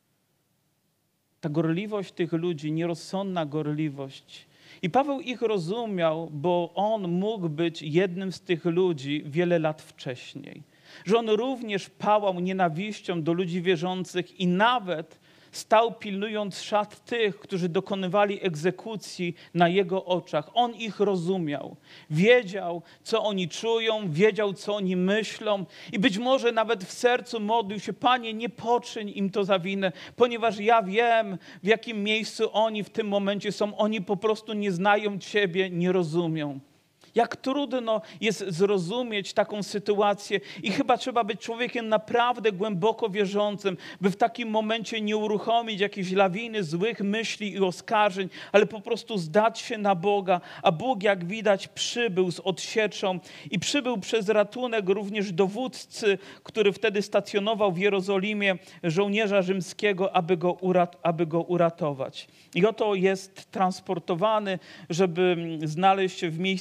Ta gorliwość tych ludzi, nierozsądna gorliwość. I Paweł ich rozumiał, bo on mógł być jednym z tych ludzi wiele lat wcześniej. Że on również pałał nienawiścią do ludzi wierzących i nawet stał pilnując szat tych, którzy dokonywali egzekucji na jego oczach. On ich rozumiał. Wiedział, co oni czują, wiedział, co oni myślą i być może nawet w sercu modlił się, Panie, nie poczyń im to za winę, ponieważ ja wiem, w jakim miejscu oni w tym momencie są. Oni po prostu nie znają Ciebie, nie rozumią. Jak trudno jest zrozumieć taką sytuację i chyba trzeba być człowiekiem naprawdę głęboko wierzącym, by w takim momencie nie uruchomić jakiejś lawiny złych myśli i oskarżeń, ale po prostu zdać się na Boga. A Bóg, jak widać, przybył z odsieczą i przybył przez ratunek również dowódcy, który wtedy stacjonował w Jerozolimie, żołnierza rzymskiego, aby go, urat- aby go uratować. I oto jest transportowany, żeby znaleźć się w miejscu odizolowanym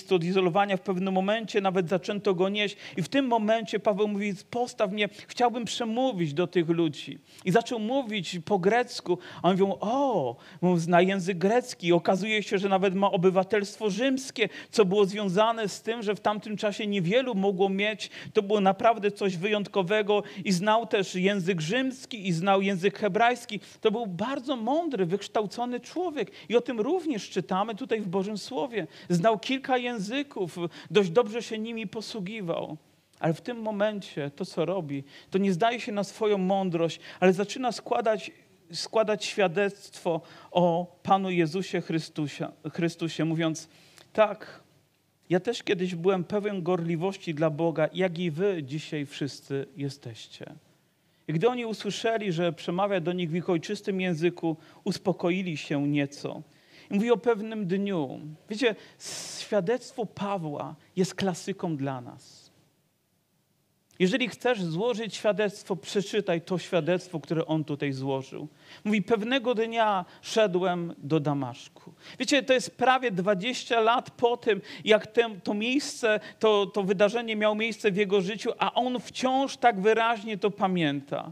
apostolowania w pewnym momencie nawet zaczęto go nieść i w tym momencie Paweł mówi, postaw mnie, chciałbym przemówić do tych ludzi. I zaczął mówić po grecku, a oni mówią, o, zna język grecki. Okazuje się, że nawet ma obywatelstwo rzymskie, co było związane z tym, że w tamtym czasie niewielu mogło mieć. To było naprawdę coś wyjątkowego i znał też język rzymski i znał język hebrajski. To był bardzo mądry, wykształcony człowiek i o tym również czytamy tutaj w Bożym Słowie. Znał kilka języków, dość dobrze się nimi posługiwał. Ale w tym momencie to, co robi, to nie zdaje się na swoją mądrość, ale zaczyna składać, składać świadectwo o Panu Jezusie Chrystusie, Chrystusie, mówiąc, tak, ja też kiedyś byłem pełen gorliwości dla Boga, jak i wy dzisiaj wszyscy jesteście. I gdy oni usłyszeli, że przemawia do nich w ich ojczystym języku, uspokoili się nieco. I mówi o pewnym dniu. Wiecie, świadectwo Pawła jest klasyką dla nas. Jeżeli chcesz złożyć świadectwo, przeczytaj to świadectwo, które on tutaj złożył. Mówi, pewnego dnia szedłem do Damaszku. Wiecie, to jest prawie dwadzieścia lat po tym, jak te, to miejsce, to, to wydarzenie miało miejsce w jego życiu, a on wciąż tak wyraźnie to pamięta.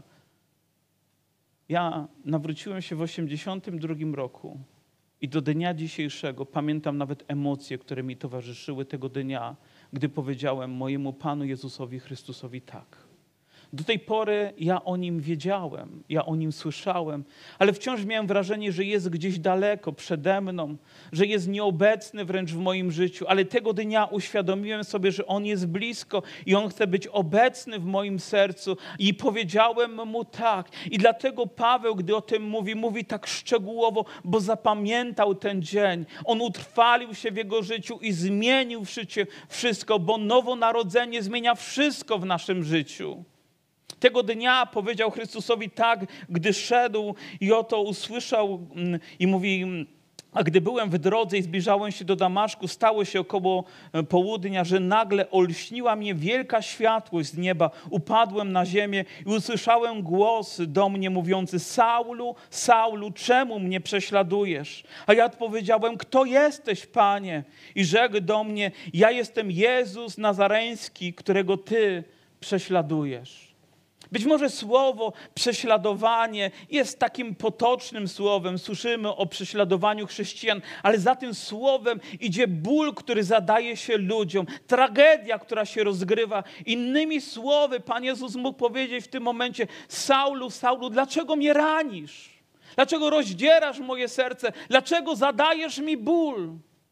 Ja nawróciłem się w osiemdziesiątym drugim roku i do dnia dzisiejszego pamiętam nawet emocje, które mi towarzyszyły tego dnia, gdy powiedziałem mojemu Panu Jezusowi Chrystusowi tak. Do tej pory ja o Nim wiedziałem, ja o Nim słyszałem, ale wciąż miałem wrażenie, że jest gdzieś daleko przede mną, że jest nieobecny wręcz w moim życiu, ale tego dnia uświadomiłem sobie, że On jest blisko i On chce być obecny w moim sercu i powiedziałem Mu tak. I dlatego Paweł, gdy o tym mówi, mówi tak szczegółowo, bo zapamiętał ten dzień. On utrwalił się w jego życiu i zmienił w życiu wszystko, bo nowonarodzenie zmienia wszystko w naszym życiu. Tego dnia powiedział Chrystusowi tak, gdy szedł i oto usłyszał i mówi, a gdy byłem w drodze i zbliżałem się do Damaszku, stało się około południa, że nagle olśniła mnie wielka światłość z nieba. Upadłem na ziemię i usłyszałem głos do mnie mówiący, Saulu, Saulu, czemu mnie prześladujesz? A ja odpowiedziałem, kto jesteś, Panie? I rzekł do mnie, ja jestem Jezus Nazareński, którego Ty prześladujesz. Być może słowo prześladowanie jest takim potocznym słowem. Słyszymy o prześladowaniu chrześcijan, ale za tym słowem idzie ból, który zadaje się ludziom. Tragedia, która się rozgrywa. Innymi słowy, Pan Jezus mógł powiedzieć w tym momencie, Saulu, Saulu, dlaczego mnie ranisz? Dlaczego rozdzierasz moje serce? Dlaczego zadajesz mi ból?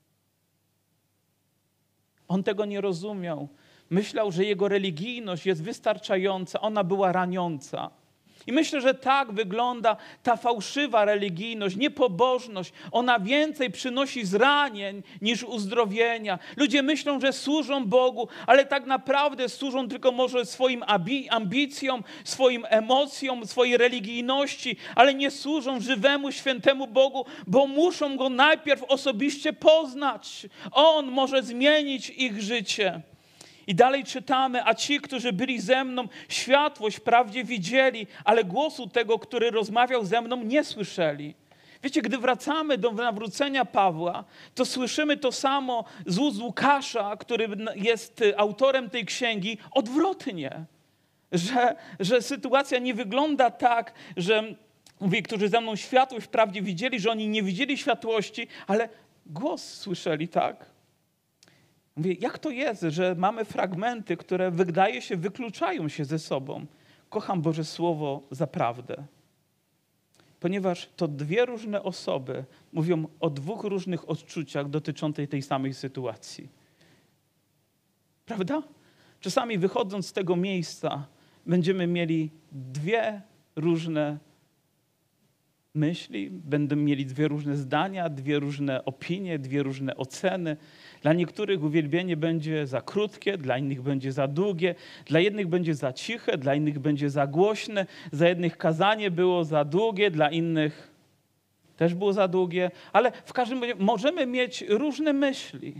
On tego nie rozumiał. Myślał, że jego religijność jest wystarczająca, ona była raniąca. I myślę, że tak wygląda ta fałszywa religijność, niepobożność. Ona więcej przynosi zranień niż uzdrowienia. Ludzie myślą, że służą Bogu, ale tak naprawdę służą tylko może swoim ambicjom, swoim emocjom, swojej religijności, ale nie służą żywemu, świętemu Bogu, bo muszą Go najpierw osobiście poznać. On może zmienić ich życie. I dalej czytamy, a ci, którzy byli ze mną, światłość wprawdzie widzieli, ale głosu tego, który rozmawiał ze mną, nie słyszeli. Wiecie, gdy wracamy do nawrócenia Pawła, to słyszymy to samo z ust Łukasza, który jest autorem tej księgi, odwrotnie. Że, że sytuacja nie wygląda tak, że mówi, którzy ze mną światłość wprawdzie widzieli, że oni nie widzieli światłości, ale głos słyszeli, tak? Mówię, jak to jest, że mamy fragmenty, które wydaje się wykluczają się ze sobą. Kocham Boże Słowo za prawdę. Ponieważ to dwie różne osoby mówią o dwóch różnych odczuciach dotyczących tej samej sytuacji. Prawda? Czasami wychodząc z tego miejsca będziemy mieli dwie różne myśli, będą mieli dwie różne zdania, dwie różne opinie, dwie różne oceny. Dla niektórych uwielbienie będzie za krótkie, dla innych będzie za długie, dla jednych będzie za ciche, dla innych będzie za głośne, za jednych kazanie było za długie, dla innych też było za długie, ale w każdym razie możemy mieć różne myśli.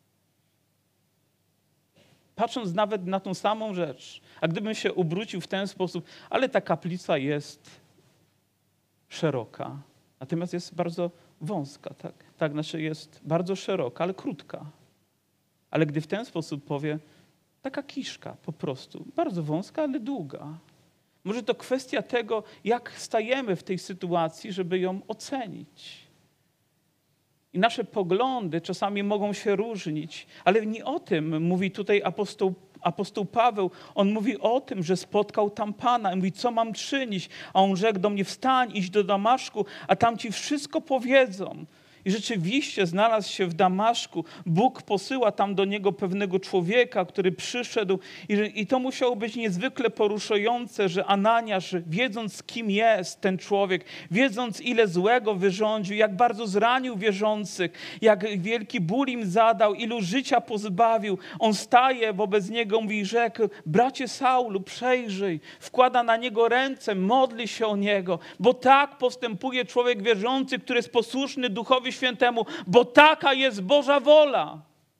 Patrząc nawet na tą samą rzecz, a gdybym się obrócił w ten sposób, ale ta kaplica jest szeroka, natomiast jest bardzo wąska, tak? Tak, znaczy jest bardzo szeroka, ale krótka. Ale gdy w ten sposób powie, taka kiszka po prostu, bardzo wąska, ale długa. Może to kwestia tego, jak stajemy w tej sytuacji, żeby ją ocenić. I nasze poglądy czasami mogą się różnić, ale nie o tym mówi tutaj apostoł, apostoł Paweł. On mówi o tym, że spotkał tam Pana i mówi, co mam czynić? A on rzekł do mnie, wstań, idź do Damaszku, a tam ci wszystko powiedzą. I rzeczywiście znalazł się w Damaszku. Bóg posyła tam do niego pewnego człowieka, który przyszedł. I, I to musiało być niezwykle poruszające, że Ananiasz, wiedząc kim jest ten człowiek, wiedząc ile złego wyrządził, jak bardzo zranił wierzących, jak wielki ból im zadał, ilu życia pozbawił, on staje wobec niego, mówi, rzekł, bracie Saulu, przejrzyj, wkłada na niego ręce, modli się o niego, bo tak postępuje człowiek wierzący, który jest posłuszny Duchowi Świętemu, bo taka jest Boża wola.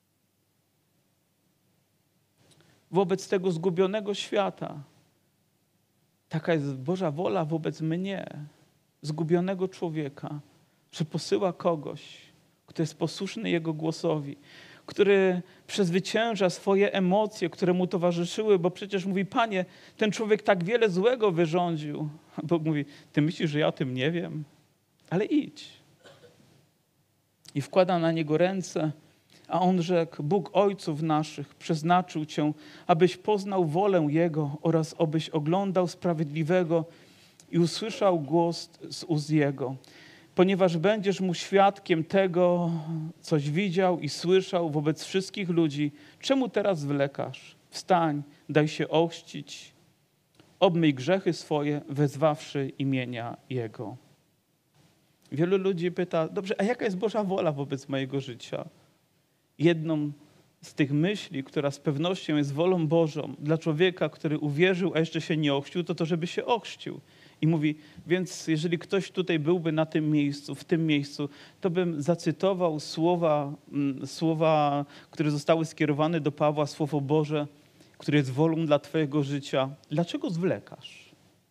Wobec tego zgubionego świata. Taka jest Boża wola wobec mnie, zgubionego człowieka, że posyła kogoś, kto jest posłuszny Jego głosowi, który przezwycięża swoje emocje, które mu towarzyszyły, bo przecież mówi, Panie, ten człowiek tak wiele złego wyrządził. A Bóg mówi, ty myślisz, że ja o tym nie wiem? Ale idź. I wkłada na niego ręce, a on rzekł, Bóg ojców naszych przeznaczył cię, abyś poznał wolę Jego oraz abyś oglądał Sprawiedliwego i usłyszał głos z ust Jego. Ponieważ będziesz mu świadkiem tego, coś widział i słyszał wobec wszystkich ludzi, czemu teraz wlekasz? Wstań, daj się ochrzcić, obmyj grzechy swoje, wezwawszy imienia Jego. Wielu ludzi pyta, dobrze, a jaka jest Boża wola wobec mojego życia? Jedną z tych myśli, która z pewnością jest wolą Bożą dla człowieka, który uwierzył, a jeszcze się nie ochrzcił, to to, żeby się ochrzcił. I mówi, więc jeżeli ktoś tutaj byłby na tym miejscu, w tym miejscu, to bym zacytował słowa, słowa, które zostały skierowane do Pawła, Słowo Boże, które jest wolą dla twojego życia. Dlaczego zwlekasz?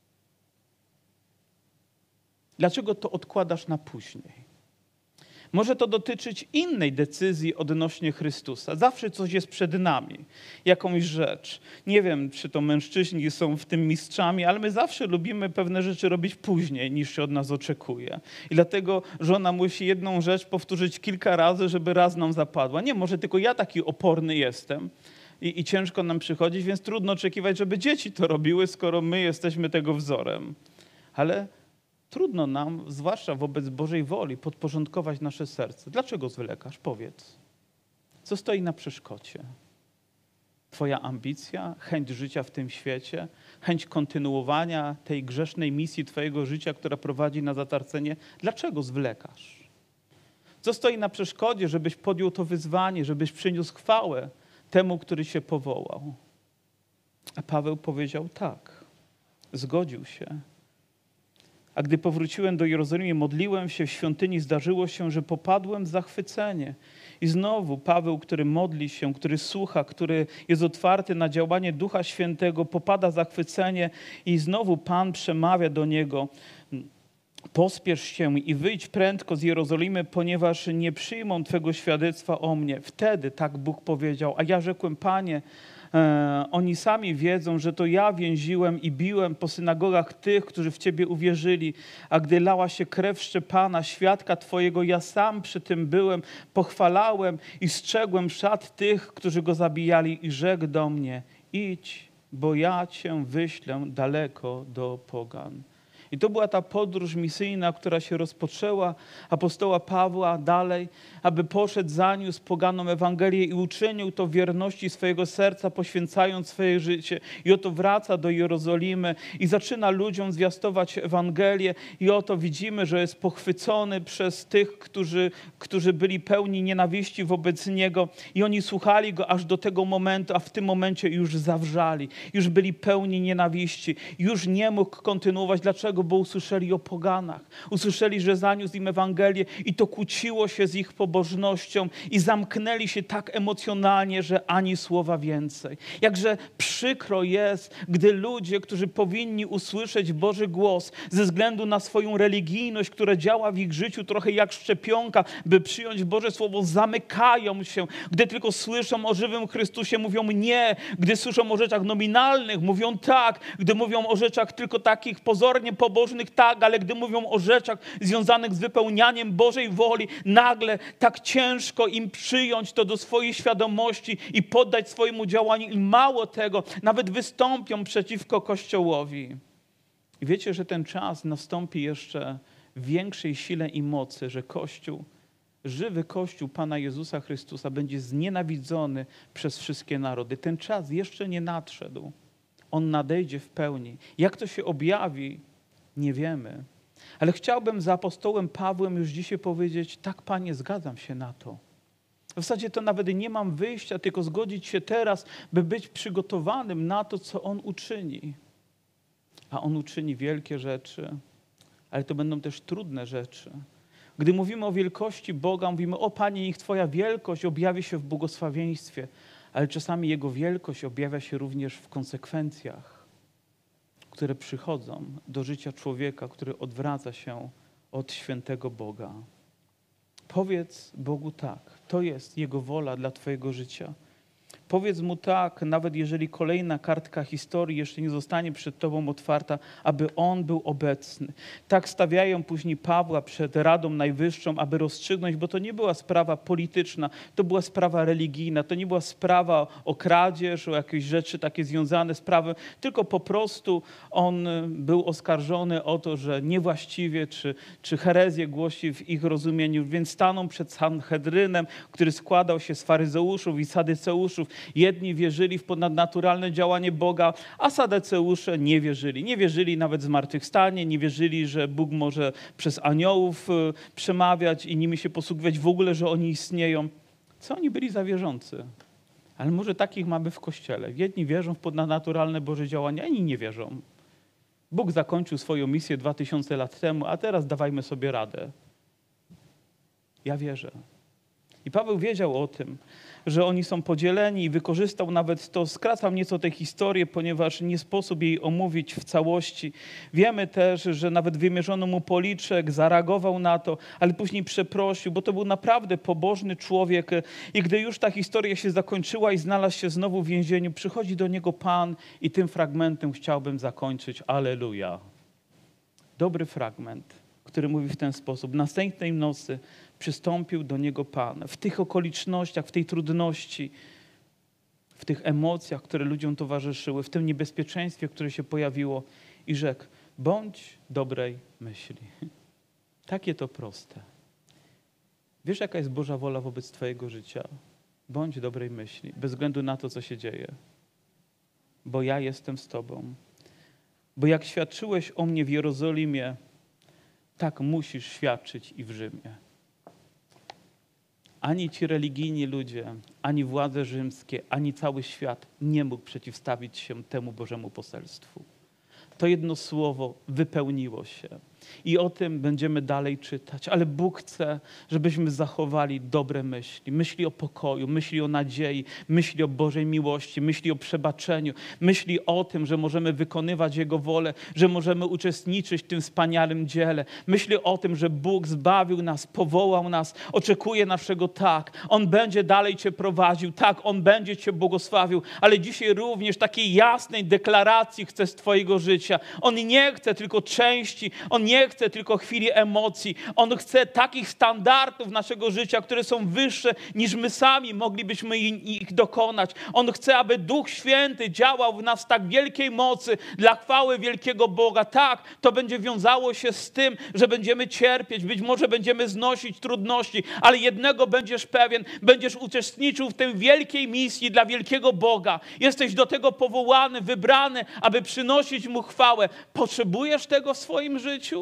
Dlaczego to odkładasz na później? Może to dotyczyć innej decyzji odnośnie Chrystusa. Zawsze coś jest przed nami, jakąś rzecz. Nie wiem, czy to mężczyźni są w tym mistrzami, ale my zawsze lubimy pewne rzeczy robić później, niż się od nas oczekuje. I dlatego żona musi jedną rzecz powtórzyć kilka razy, żeby raz nam zapadła. Nie, może tylko ja taki oporny jestem i, i ciężko nam przychodzić, więc trudno oczekiwać, żeby dzieci to robiły, skoro my jesteśmy tego wzorem. Ale trudno nam, zwłaszcza wobec Bożej woli, podporządkować nasze serce. Dlaczego zwlekasz? Powiedz. Co stoi na przeszkodzie? Twoja ambicja, chęć życia w tym świecie, chęć kontynuowania tej grzesznej misji twojego życia, która prowadzi na zatracenie. Dlaczego zwlekasz? Co stoi na przeszkodzie, żebyś podjął to wyzwanie, żebyś przyniósł chwałę temu, który się powołał? A Paweł powiedział tak. Zgodził się. A gdy powróciłem do Jerozolimy, modliłem się w świątyni, zdarzyło się, że popadłem w zachwycenie. I znowu Paweł, który modli się, który słucha, który jest otwarty na działanie Ducha Świętego, popada w zachwycenie i znowu Pan przemawia do niego. Pospiesz się i wyjdź prędko z Jerozolimy, ponieważ nie przyjmą Twego świadectwa o mnie. Wtedy tak Bóg powiedział, a ja rzekłem, Panie, e, oni sami wiedzą, że to ja więziłem i biłem po synagogach tych, którzy w Ciebie uwierzyli, a gdy lała się krew Szczepana, świadka Twojego, ja sam przy tym byłem, pochwalałem i strzegłem szat tych, którzy go zabijali i rzekł do mnie, idź, bo ja Cię wyślę daleko do pogan. I to była ta podróż misyjna, która się rozpoczęła, apostoła Pawła dalej, aby poszedł, zaniósł poganom Ewangelię i uczynił to w wierności swojego serca, poświęcając swoje życie. I oto wraca do Jerozolimy i zaczyna ludziom zwiastować Ewangelię i oto widzimy, że jest pochwycony przez tych, którzy, którzy byli pełni nienawiści wobec Niego i oni słuchali Go aż do tego momentu, a w tym momencie już zawrzali, już byli pełni nienawiści, już nie mógł kontynuować. Dlaczego? Dlaczego? Bo usłyszeli o poganach. Usłyszeli, że zaniósł im Ewangelię i to kłóciło się z ich pobożnością i zamknęli się tak emocjonalnie, że ani słowa więcej. Jakże przykro jest, gdy ludzie, którzy powinni usłyszeć Boży głos ze względu na swoją religijność, która działa w ich życiu trochę jak szczepionka, by przyjąć Boże Słowo, zamykają się. Gdy tylko słyszą o żywym Chrystusie, mówią nie. Gdy słyszą o rzeczach nominalnych, mówią tak. Gdy mówią o rzeczach tylko takich pozornie pobożnych, tak, ale gdy mówią o rzeczach związanych z wypełnianiem Bożej woli, nagle tak ciężko im przyjąć to do swojej świadomości i poddać swojemu działaniu. I mało tego, nawet wystąpią przeciwko Kościołowi. I wiecie, że ten czas nastąpi jeszcze w większej sile i mocy, że Kościół, żywy Kościół Pana Jezusa Chrystusa będzie znienawidzony przez wszystkie narody. Ten czas jeszcze nie nadszedł. On nadejdzie w pełni. Jak to się objawi, nie wiemy. Ale chciałbym za apostołem Pawłem już dzisiaj powiedzieć, tak, Panie, zgadzam się na to. W zasadzie to nawet nie mam wyjścia, tylko zgodzić się teraz, by być przygotowanym na to, co On uczyni. A On uczyni wielkie rzeczy, ale to będą też trudne rzeczy. Gdy mówimy o wielkości Boga, mówimy, o Panie, niech Twoja wielkość objawi się w błogosławieństwie, ale czasami Jego wielkość objawia się również w konsekwencjach, które przychodzą do życia człowieka, który odwraca się od świętego Boga. Powiedz Bogu tak, to jest Jego wola dla Twojego życia. Powiedz Mu tak, nawet jeżeli kolejna kartka historii jeszcze nie zostanie przed Tobą otwarta, aby On był obecny. Tak stawiają później Pawła przed Radą Najwyższą, aby rozstrzygnąć, bo to nie była sprawa polityczna, to była sprawa religijna, to nie była sprawa o kradzież, o jakieś rzeczy takie związane z prawem, tylko po prostu on był oskarżony o to, że niewłaściwie czy, czy herezję głosi w ich rozumieniu, więc stanął przed Sanhedrynem, który składał się z faryzeuszów i sadyceuszów. Jedni wierzyli w ponadnaturalne działanie Boga, a sadyceusze nie wierzyli. Nie wierzyli nawet w zmartwychwstanie, nie wierzyli, że Bóg może przez aniołów przemawiać i nimi się posługiwać, w ogóle, że oni istnieją. Co oni byli za wierzący? Ale może takich mamy w Kościele. Jedni wierzą w ponadnaturalne Boże działania, inni nie wierzą. Bóg zakończył swoją misję dwa tysiące lat temu, a teraz dawajmy sobie radę. Ja wierzę. I Paweł wiedział o tym, że oni są podzieleni i wykorzystał nawet to, skracam nieco tę historię, ponieważ nie sposób jej omówić w całości. Wiemy też, że nawet wymierzono mu policzek, zareagował na to, ale później przeprosił, bo to był naprawdę pobożny człowiek. I gdy już ta historia się zakończyła i znalazł się znowu w więzieniu, przychodzi do niego Pan i tym fragmentem chciałbym zakończyć. Alleluja. Dobry fragment, który mówi w ten sposób. Następnej nocy przystąpił do niego Pan. W tych okolicznościach, w tej trudności, w tych emocjach, które ludziom towarzyszyły, w tym niebezpieczeństwie, które się pojawiło i rzekł, bądź dobrej myśli. Takie to proste. Wiesz, jaka jest Boża wola wobec Twojego życia? Bądź dobrej myśli, bez względu na to, co się dzieje. Bo ja jestem z Tobą. Bo jak świadczyłeś o mnie w Jerozolimie, tak musisz świadczyć i w Rzymie. Ani ci religijni ludzie, ani władze rzymskie, ani cały świat nie mógł przeciwstawić się temu Bożemu poselstwu. To jedno słowo wypełniło się. I o tym będziemy dalej czytać. Ale Bóg chce, żebyśmy zachowali dobre myśli. Myśli o pokoju, myśli o nadziei, myśli o Bożej miłości, myśli o przebaczeniu, myśli o tym, że możemy wykonywać Jego wolę, że możemy uczestniczyć w tym wspaniałym dziele. Myśli o tym, że Bóg zbawił nas, powołał nas, oczekuje naszego tak. On będzie dalej Cię prowadził, tak, On będzie Cię błogosławił, ale dzisiaj również takiej jasnej deklaracji chce z Twojego życia. On nie chce tylko części, On nie Nie chce tylko chwili emocji. On chce takich standardów naszego życia, które są wyższe niż my sami moglibyśmy ich dokonać. On chce, aby Duch Święty działał w nas w tak wielkiej mocy dla chwały wielkiego Boga. Tak, to będzie wiązało się z tym, że będziemy cierpieć, być może będziemy znosić trudności, ale jednego będziesz pewien, będziesz uczestniczył w tej wielkiej misji dla wielkiego Boga. Jesteś do tego powołany, wybrany, aby przynosić Mu chwałę. Potrzebujesz tego w swoim życiu?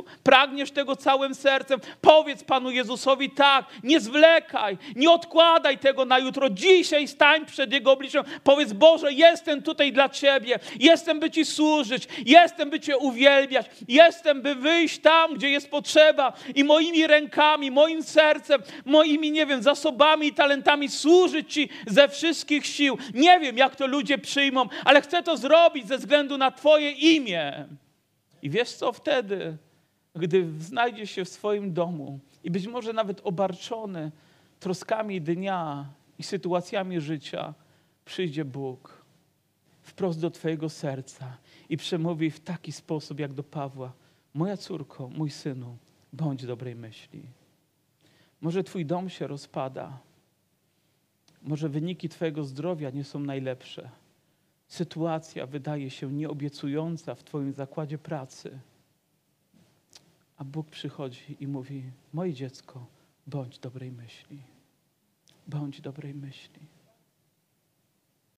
życiu? Pragniesz tego całym sercem? Powiedz Panu Jezusowi tak, nie zwlekaj, nie odkładaj tego na jutro. Dzisiaj stań przed Jego obliczem. Powiedz: Boże, jestem tutaj dla Ciebie. Jestem, by Ci służyć. Jestem, by Cię uwielbiać. Jestem, by wyjść tam, gdzie jest potrzeba i moimi rękami, moim sercem, moimi, nie wiem, zasobami i talentami służyć Ci ze wszystkich sił. Nie wiem, jak to ludzie przyjmą, ale chcę to zrobić ze względu na Twoje imię. I wiesz co wtedy, gdy znajdziesz się w swoim domu i być może nawet obarczony troskami dnia i sytuacjami życia, przyjdzie Bóg wprost do Twojego serca i przemówi w taki sposób jak do Pawła: moja córko, mój synu, bądź dobrej myśli. Może Twój dom się rozpada. Może wyniki Twojego zdrowia nie są najlepsze. Sytuacja wydaje się nieobiecująca w Twoim zakładzie pracy. A Bóg przychodzi i mówi: moje dziecko, bądź dobrej myśli. Bądź dobrej myśli.